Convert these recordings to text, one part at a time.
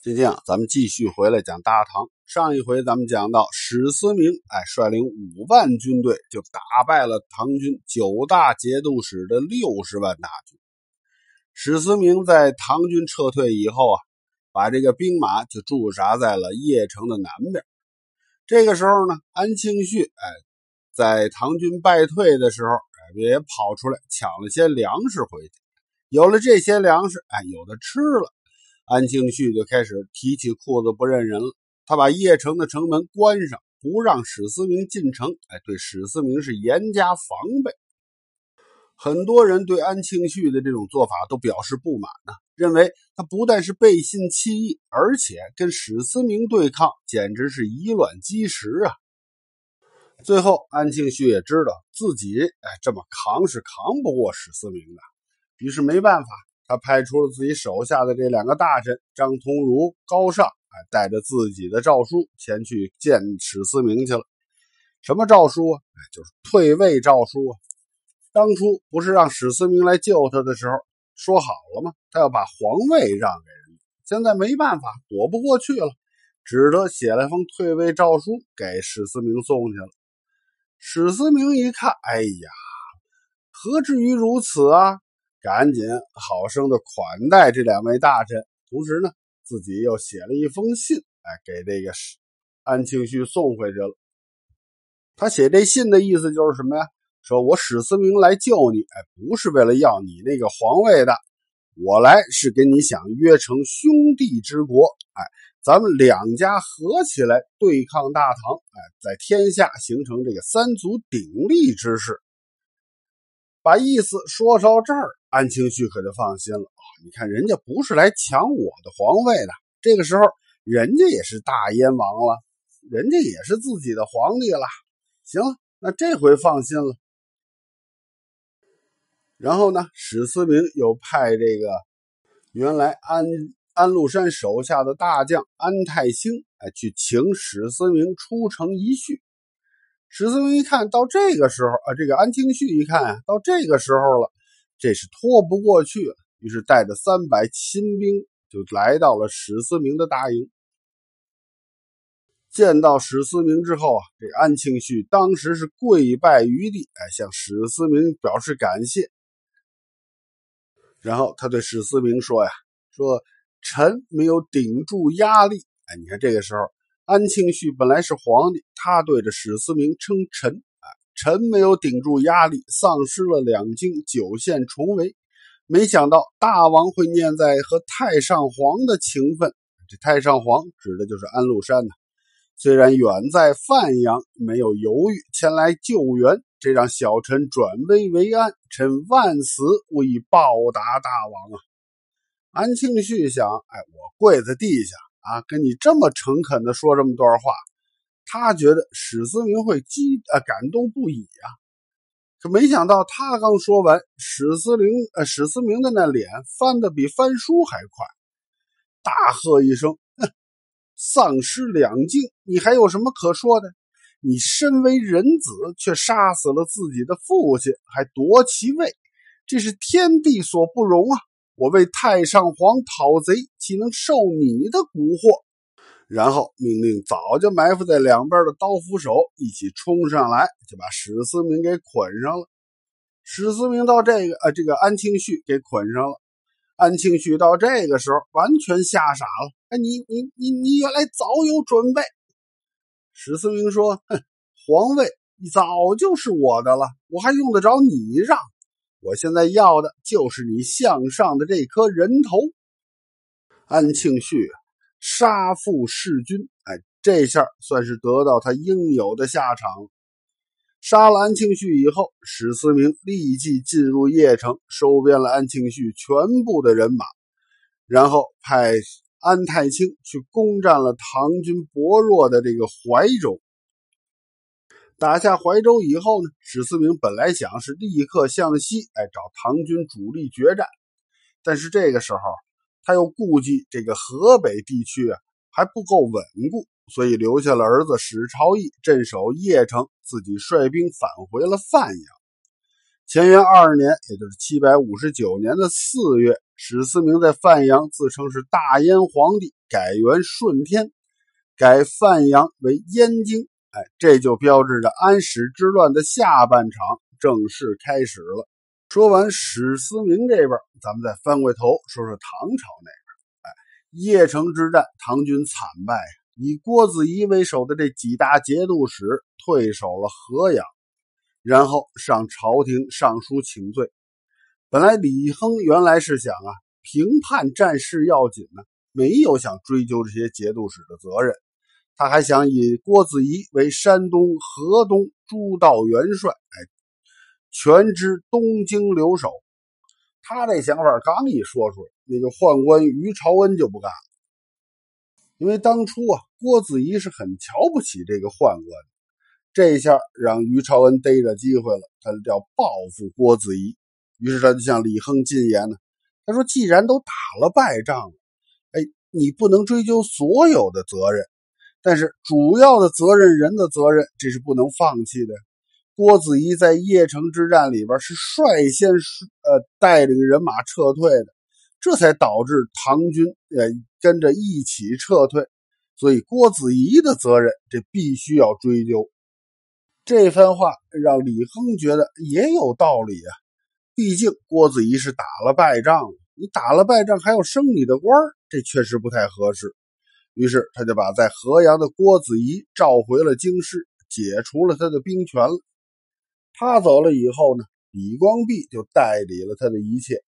今天咱们继续回来讲大唐。上一回咱们讲到史思明率领5万军队就打败了唐军9大节度使的60万大军。史思明在唐军撤退以后把这个兵马就驻扎在了邺城的南边。这个时候呢，安庆绪在唐军败退的时候也跑出来抢了些粮食回去。有了这些粮食有的吃了，安庆绪就开始提起裤子不认人了。他把邺城的城门关上，不让史思明进城，对史思明是严加防备。很多人对安庆绪的这种做法都表示不满认为他不但是背信弃义，而且跟史思明对抗简直是以卵击石啊。最后安庆绪也知道自己这么扛是扛不过史思明的，于是没办法，他派出了自己手下的这2个大臣张通儒、高尚，带着自己的诏书前去见史思明去了。什么诏书就是退位诏书当初不是让史思明来救他的时候说好了吗？他要把皇位让给人，现在没办法，躲不过去了，只得写了封退位诏书给史思明送去了。史思明一看，何至于如此啊？赶紧好生的款待这2位大臣，同时呢，自己又写了一封信给这个安庆绪送回去了。他写这信的意思就是什么呀？说我史思明来救你不是为了要你那个皇位的，我来是跟你想约成兄弟之国，咱们2家合起来对抗大唐，在天下形成这个3足鼎立之势。把意思说到这儿，安庆绪可就放心了。你看人家不是来抢我的皇位的，这个时候人家也是大燕王了，人家也是自己的皇帝了。行了，那这回放心了。然后呢，史思明又派这个原来安禄山手下的大将安太清去请史思明出城一叙。史思明一看到这个时候这个安庆绪一看到这个时候了，这是拖不过去了，于是带着300亲兵就来到了史思明的大营。见到史思明之后这安庆绪当时是跪拜于地向史思明表示感谢。然后他对史思明说说臣没有顶住压力。你看这个时候安庆绪本来是皇帝，他对着史思明称臣，臣没有顶住压力，丧失了2京9县重围，没想到大王会念在和太上皇的情分。这太上皇指的就是安禄山虽然远在范阳，没有犹豫前来救援，这让小臣转危为安，臣万死勿以报答大王安庆绪想我跪在地下跟你这么诚恳的说这么段话，他觉得史思明会感动不已可没想到他刚说完，史思明的那脸翻得比翻书还快，大喝一声，丧失2京，你还有什么可说的？你身为人子，却杀死了自己的父亲，还夺其位，这是天地所不容我为太上皇讨贼，岂能受你的蛊惑？然后命令早就埋伏在2边的刀斧手一起冲上来，就把史思明给捆上了。史思明到这个安庆绪给捆上了。安庆绪到这个时候完全吓傻了。你原来早有准备。史思明说，皇位早就是我的了，我还用得着你让？我现在要的就是你项上的这颗人头。安庆绪杀父弑君，这下算是得到他应有的下场了。杀了安庆绪以后，史思明立即进入邺城，收编了安庆绪全部的人马，然后派安太清去攻占了唐军薄弱的这个怀州。打下怀州以后呢，史思明本来想是立刻向西找唐军主力决战，但是这个时候他又顾忌这个河北地区还不够稳固，所以留下了儿子史朝义镇守邺城，自己率兵返回了范阳。 乾元2年，也就是759年的4月，史思明在范阳自称是大燕皇帝，改元顺天，改范阳为燕京。这就标志着安史之乱的下半场正式开始了。说完史思明这边，咱们再翻过头说说唐朝那边。邺城之战，唐军惨败，以郭子仪为首的这几大节度使退守了河阳，然后上朝廷上书请罪。本来李亨原来是想平叛战事要紧呢，没有想追究这些节度使的责任，他还想以郭子仪为山东、河东诸道元帅，全知东京留守。他这想法刚一说出来，那个宦官于朝恩就不干了。因为当初郭子仪是很瞧不起这个宦官，这一下让于朝恩逮着机会了，他就要报复郭子仪。于是他就向李亨进言呢，他说既然都打了败仗了，你不能追究所有的责任，但是主要的责任人的责任，这是不能放弃的。郭子仪在邺城之战里边是率先带领人马撤退的，这才导致唐军跟着一起撤退，所以郭子仪的责任这必须要追究。这番话让李亨觉得也有道理啊，毕竟郭子仪是打了败仗了，你打了败仗还要升你的官，这确实不太合适。于是他就把在河阳的郭子仪召回了京师，解除了他的兵权了。他走了以后呢，李光弼就代理了他的一切。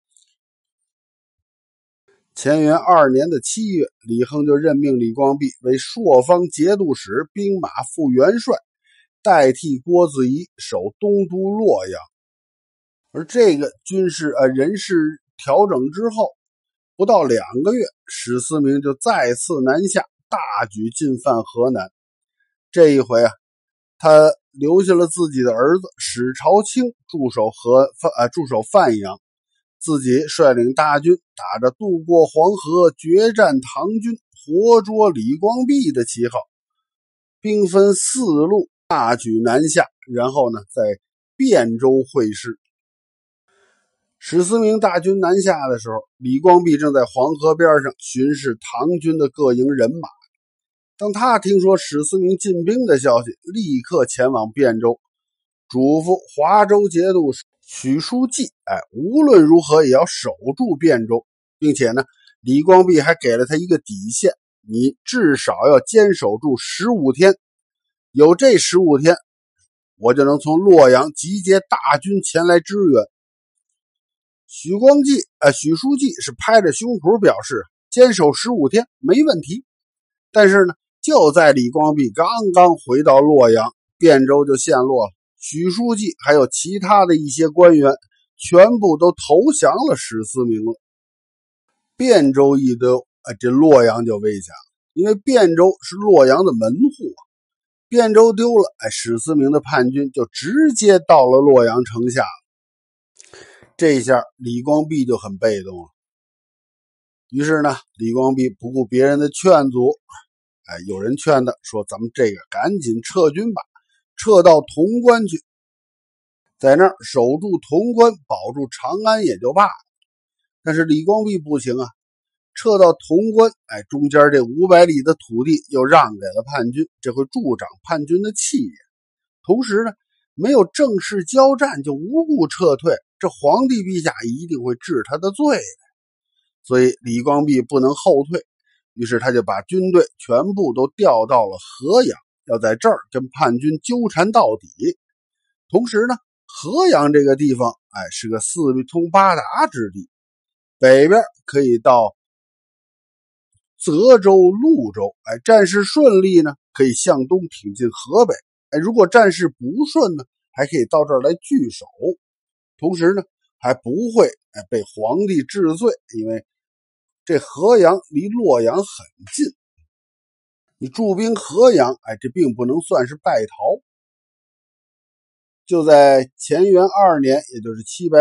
乾元2年的7月，李亨就任命李光弼为朔方节度使、兵马副元帅，代替郭子仪守东都洛阳。而这个军事人事调整之后，不到2个月，史思明就再次南下，大举进犯河南。这一回他留下了自己的儿子史朝卿驻守范阳，自己率领大军打着渡过黄河、决战唐军、活捉李光弼的旗号，兵分4路大举南下，然后呢在汴州会师。史思明大军南下的时候，李光弼正在黄河边上巡视唐军的各营人马。当他听说史思明进兵的消息，立刻前往汴州，嘱咐华州节度使许书记无论如何也要守住汴州，并且呢，李光弼还给了他一个底线，你至少要坚守住15天，有这15天，我就能从洛阳集结大军前来支援。许书记是拍着胸脯表示坚守15天没问题。但是呢，就在李光弼刚刚回到洛阳，汴州就陷落了。许书记还有其他的一些官员全部都投降了史思明了。汴州一丢，这洛阳就危险了，因为汴州是洛阳的门户。汴州丢了，史思明的叛军就直接到了洛阳城下了。这下李光弼就很被动了。于是呢，李光弼不顾别人的劝阻，有人劝他说咱们这个赶紧撤军吧，撤到潼关去，在那儿守住潼关，保住长安也就罢了。但是李光弼不行撤到潼关，中间这500里的土地又让给了叛军，这会助长叛军的气焰。同时呢，没有正式交战就无故撤退，这皇帝陛下一定会治他的罪的。所以李光弼不能后退，于是他就把军队全部都调到了河阳，要在这儿跟叛军纠缠到底。同时呢，河阳这个地方是个四通八达之地，北边可以到泽州、潞州，战事顺利呢，可以向东挺进河北，如果战事不顺呢，还可以到这儿来据守。同时呢，还不会被皇帝治罪，因为这河阳离洛阳很近，你驻兵河阳，这并不能算是败逃。就在乾元2年，也就是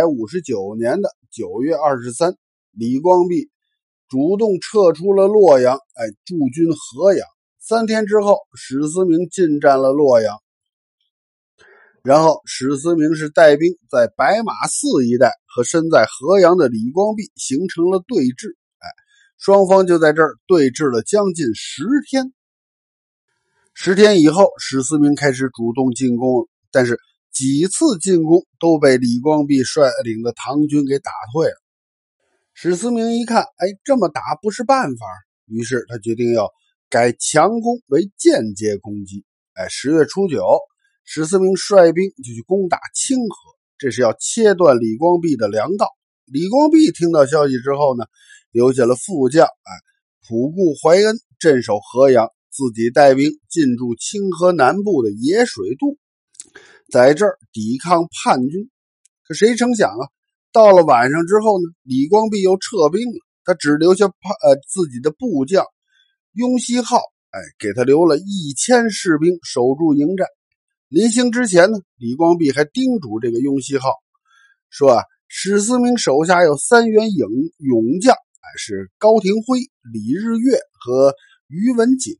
759年的9月23，李光弼主动撤出了洛阳，驻军河阳。3天之后，史思明进占了洛阳。 然后史思明是带兵在白马寺一带和身在河阳的李光弼形成了对峙，双方就在这儿对峙了将近10天。10天以后，史思明开始主动进攻了，但是几次进攻都被李光弼率领的唐军给打退了。史思明一看，这么打不是办法，于是他决定要改强攻为间接攻击。10月初9，史思明率兵就去攻打清河，这是要切断李光弼的粮道。李光弼听到消息之后呢，留下了副将仆固怀恩镇守河阳，自己带兵进驻清河南部的野水渡，在这儿抵抗叛军。可谁成想啊，到了晚上之后呢，李光弼又撤兵了，他只留下自己的部将雍熙浩，给他留了1000士兵守住营寨。临行之前呢，李光弼还叮嘱这个雍熙浩说史思明手下有3员勇将，是高廷辉、李日月和于文景。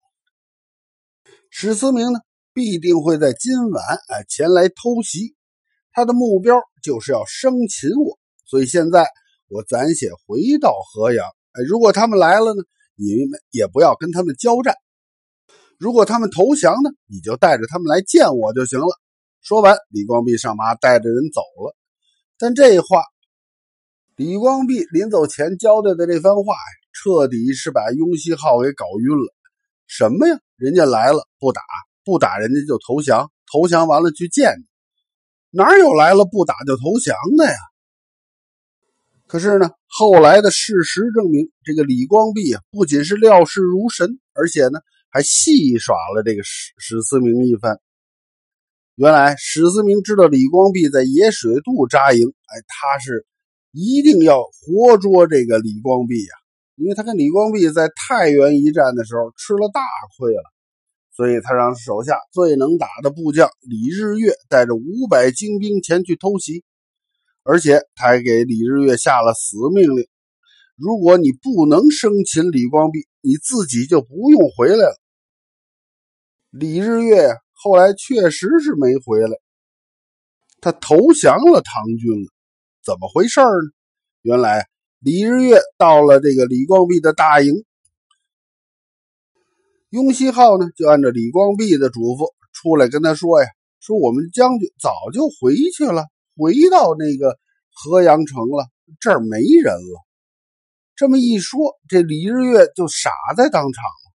史思明呢必定会在今晚前来偷袭，他的目标就是要生擒我，所以现在我暂且回到河阳。如果他们来了呢，你们也不要跟他们交战，如果他们投降呢，你就带着他们来见我就行了。说完，李光弼上马带着人走了。但这话，李光弼临走前交代的这番话彻底是把雍熙浩给搞晕了。什么呀？人家来了不打，不打人家就投降，投降完了去见你，哪有来了不打就投降的呀？可是呢，后来的事实证明，这个李光弼不仅是料事如神，而且呢还戏耍了这个史思明一番。原来史思明知道李光弼在野水渡扎营，他是一定要活捉这个李光弼因为他跟李光弼在太原一战的时候吃了大亏了，所以他让手下最能打的部将李日月带着500精兵前去偷袭，而且他还给李日月下了死命令，如果你不能生擒李光弼，你自己就不用回来了。李日月后来确实是没回来，他投降了唐军了。怎么回事呢？原来李日月到了这个李光弼的大营，雍熙浩呢就按照李光弼的嘱咐出来跟他说说我们将军早就回去了，回到那个河阳城了，这儿没人了。这么一说，这李日月就傻在当场了。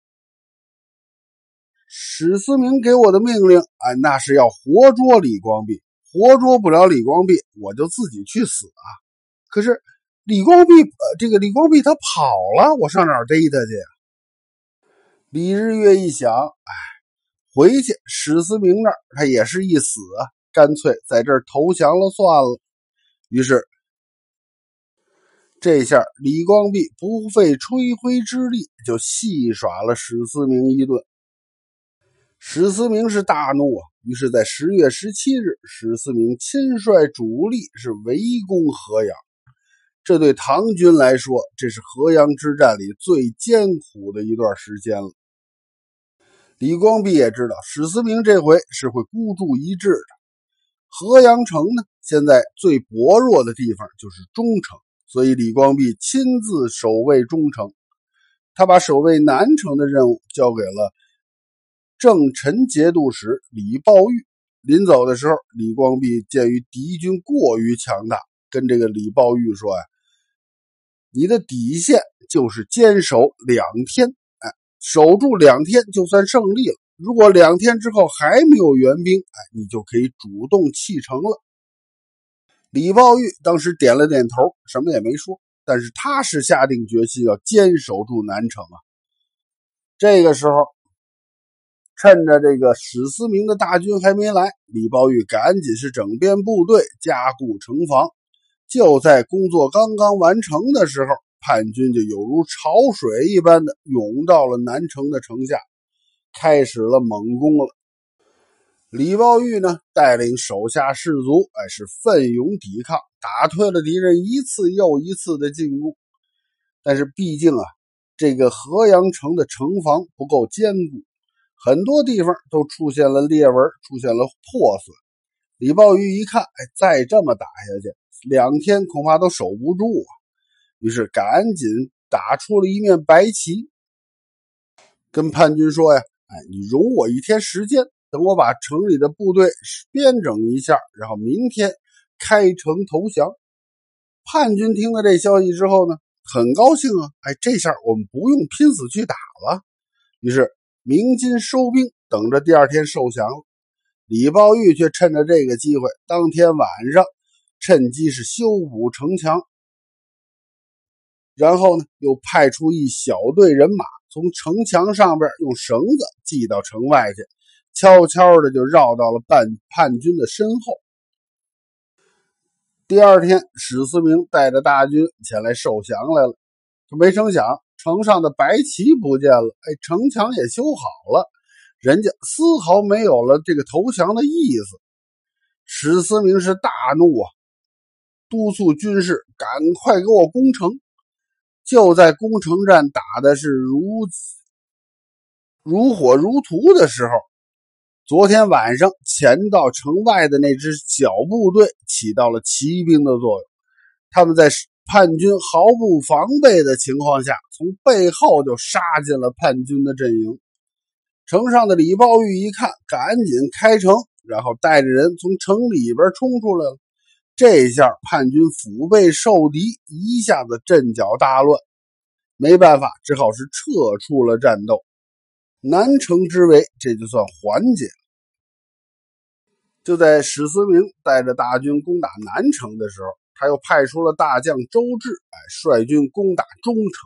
史思明给我的命令那是要活捉李光弼，活捉不了李光弼，我就自己去死可是李光弼他跑了，我上哪儿逮他去李日月一想，回去史思明那儿他也是一死干脆在这儿投降了算了。于是这下李光弼不费吹灰之力就戏耍了史思明一顿。史思明是大怒于是在10月17日，史思明亲率主力是围攻河阳。这对唐军来说，这是河阳之战里最艰苦的一段时间了。李光弼也知道史思明这回是会孤注一掷的。河阳城呢，现在最薄弱的地方就是中城，所以李光弼亲自守卫中城。他把守卫南城的任务交给了正陈节度使李抱玉。临走的时候，李光弼鉴于敌军过于强大，跟这个李抱玉说你的底线就是坚守2天，守住2天就算胜利了。如果2天之后还没有援兵，你就可以主动弃城了。李抱玉当时点了点头，什么也没说，但是他是下定决心要坚守住南城这个时候，趁着这个史思明的大军还没来，李抱玉赶紧是整编部队，加固城防。就在工作刚刚完成的时候，叛军就有如潮水一般的涌到了南城的城下，开始了猛攻了。李抱玉呢，带领手下士卒是奋勇抵抗，打退了敌人一次又一次的进攻。但是毕竟这个河阳城的城防不够坚固，很多地方都出现了裂纹，出现了破损， 李抱玉一看，再这么打下去，2天恐怕都守不住啊。于是赶紧打出了一面白旗，跟叛军说呀，你容我1天时间，等我把城里的部队编整一下，然后明天开城投降。叛军听了这消息之后呢，很高兴啊，这下我们不用拼死去打了。于是鸣金收兵，等着第2天受降了。李抱玉却趁着这个机会，当天晚上趁机是修补城墙，然后呢，又派出一小队人马从城墙上边用绳子系到城外去，悄悄的就绕到了叛军的身后。第2天，史思明带着大军前来受降来了，可没成想城上的白旗不见了，城墙也修好了，人家丝毫没有了这个投降的意思。史思明是大怒啊，督促军士赶快给我攻城。就在攻城战打的是如火如荼的时候，昨天晚上潜到城外的那支小部队起到了骑兵的作用，他们在叛军毫不防备的情况下，从背后就杀进了叛军的阵营。城上的李抱玉一看，赶紧开城，然后带着人从城里边冲出来了。这下叛军腹背受敌，一下子阵脚大乱，没办法，只好是撤出了战斗。南城之围这就算缓解了。就在史思明带着大军攻打南城的时候，他又派出了大将周至率军攻打中城。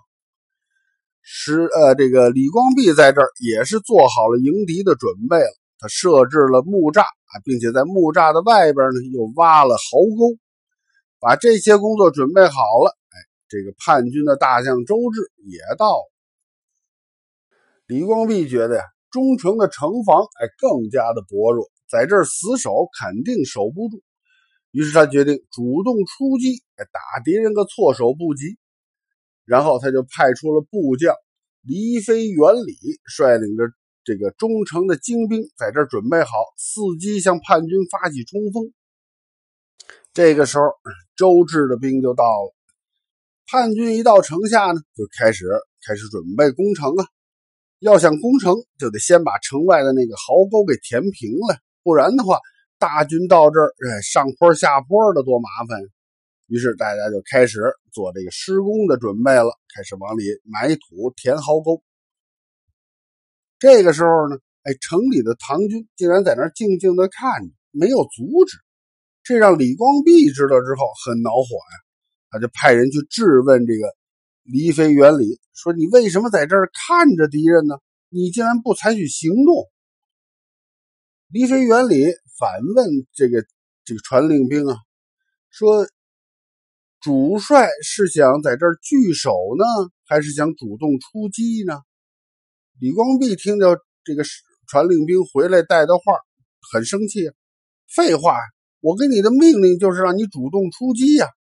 这个李光弼在这儿也是做好了迎敌的准备了，他设置了木栅，并且在木栅的外边呢又挖了壕沟，把这些工作准备好了。这个叛军的大将周至也到了。李光弼觉得呀，中城的城防更加的薄弱，在这儿死守肯定守不住，于是他决定主动出击，打敌人个措手不及。然后他就派出了部将黎飞、元礼，率领着这个中城的精兵在这儿准备好，伺机向叛军发起冲锋。这个时候周至的兵就到了，叛军一到城下呢，就开始准备攻城啊。要想攻城，就得先把城外的那个壕沟给填平了，不然的话，大军到这儿，上坡下坡的多麻烦。于是大家就开始做这个施工的准备了，开始往里埋土填壕沟。这个时候呢，城里的唐军竟然在那儿静静的看着，没有阻止，这让李光弼知道之后很恼火呀，他就派人去质问这个黎飞、元礼，说你为什么在这儿看着敌人呢？你竟然不采取行动。黎飞、元礼反问这个传令兵啊，说主帅是想在这儿据守呢，还是想主动出击呢？李光弼听到这个传令兵回来带的话，很生气啊，废话，我给你的命令就是让你主动出击呀。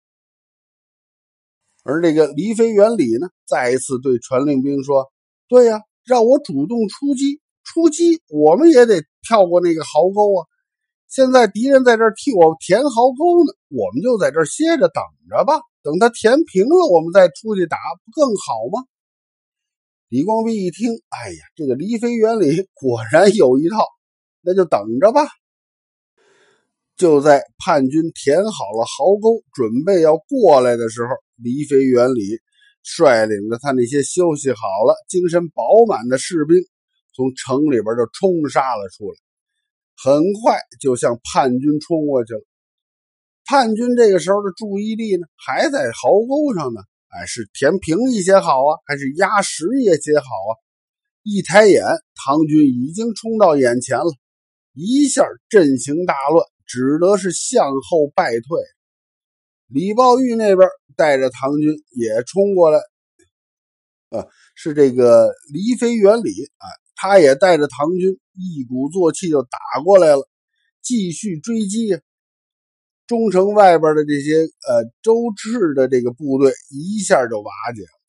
而这个黎飞、元礼呢，再一次对传令兵说，对呀，让我主动出击，我们也得跳过那个壕沟啊。现在敌人在这儿替我填壕沟呢，我们就在这儿歇着等着吧，等他填平了我们再出去打，不更好吗？李光弼一听，这个黎飞、元礼果然有一套，那就等着吧。就在叛军填好了壕沟，准备要过来的时候，黎飞、元礼率领着他那些休息好了、精神饱满的士兵，从城里边就冲杀了出来，很快就向叛军冲过去了。叛军这个时候的注意力呢，还在壕沟上呢，是填平一些好啊，还是压实一些好啊？一抬眼，唐军已经冲到眼前了，一下阵型大乱，只得是向后败退。李抱玉那边带着唐军也冲过来，是这个黎飞、元礼他也带着唐军一鼓作气就打过来了，继续追击。中城外边的这些周至的这个部队一下就瓦解了。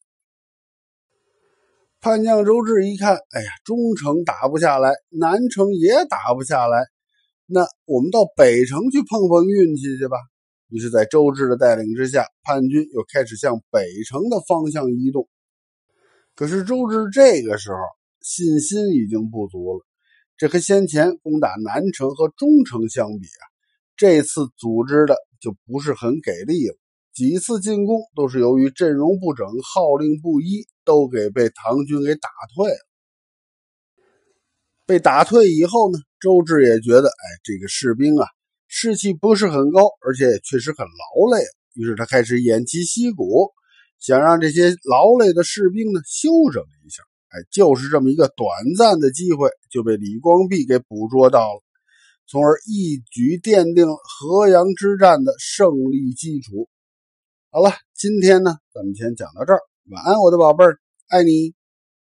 叛将周至一看，中城打不下来，南城也打不下来， 那我们到北城去碰碰运气去吧。于是在周至的带领之下，叛军又开始向北城的方向移动。可是周至这个时候信心已经不足了，这和先前攻打南城和中城相比这次组织的就不是很给力了。几次进攻都是由于阵容不整、号令不一，都被唐军给打退了。被打退以后呢，周至也觉得这个士兵士气不是很高，而且也确实很劳累了。于是他开始偃旗息鼓，想让这些劳累的士兵呢休整一下。就是这么一个短暂的机会，就被李光弼给捕捉到了，从而一举奠定了河阳之战的胜利基础。好了，今天呢咱们先讲到这儿，晚安我的宝贝儿，爱你。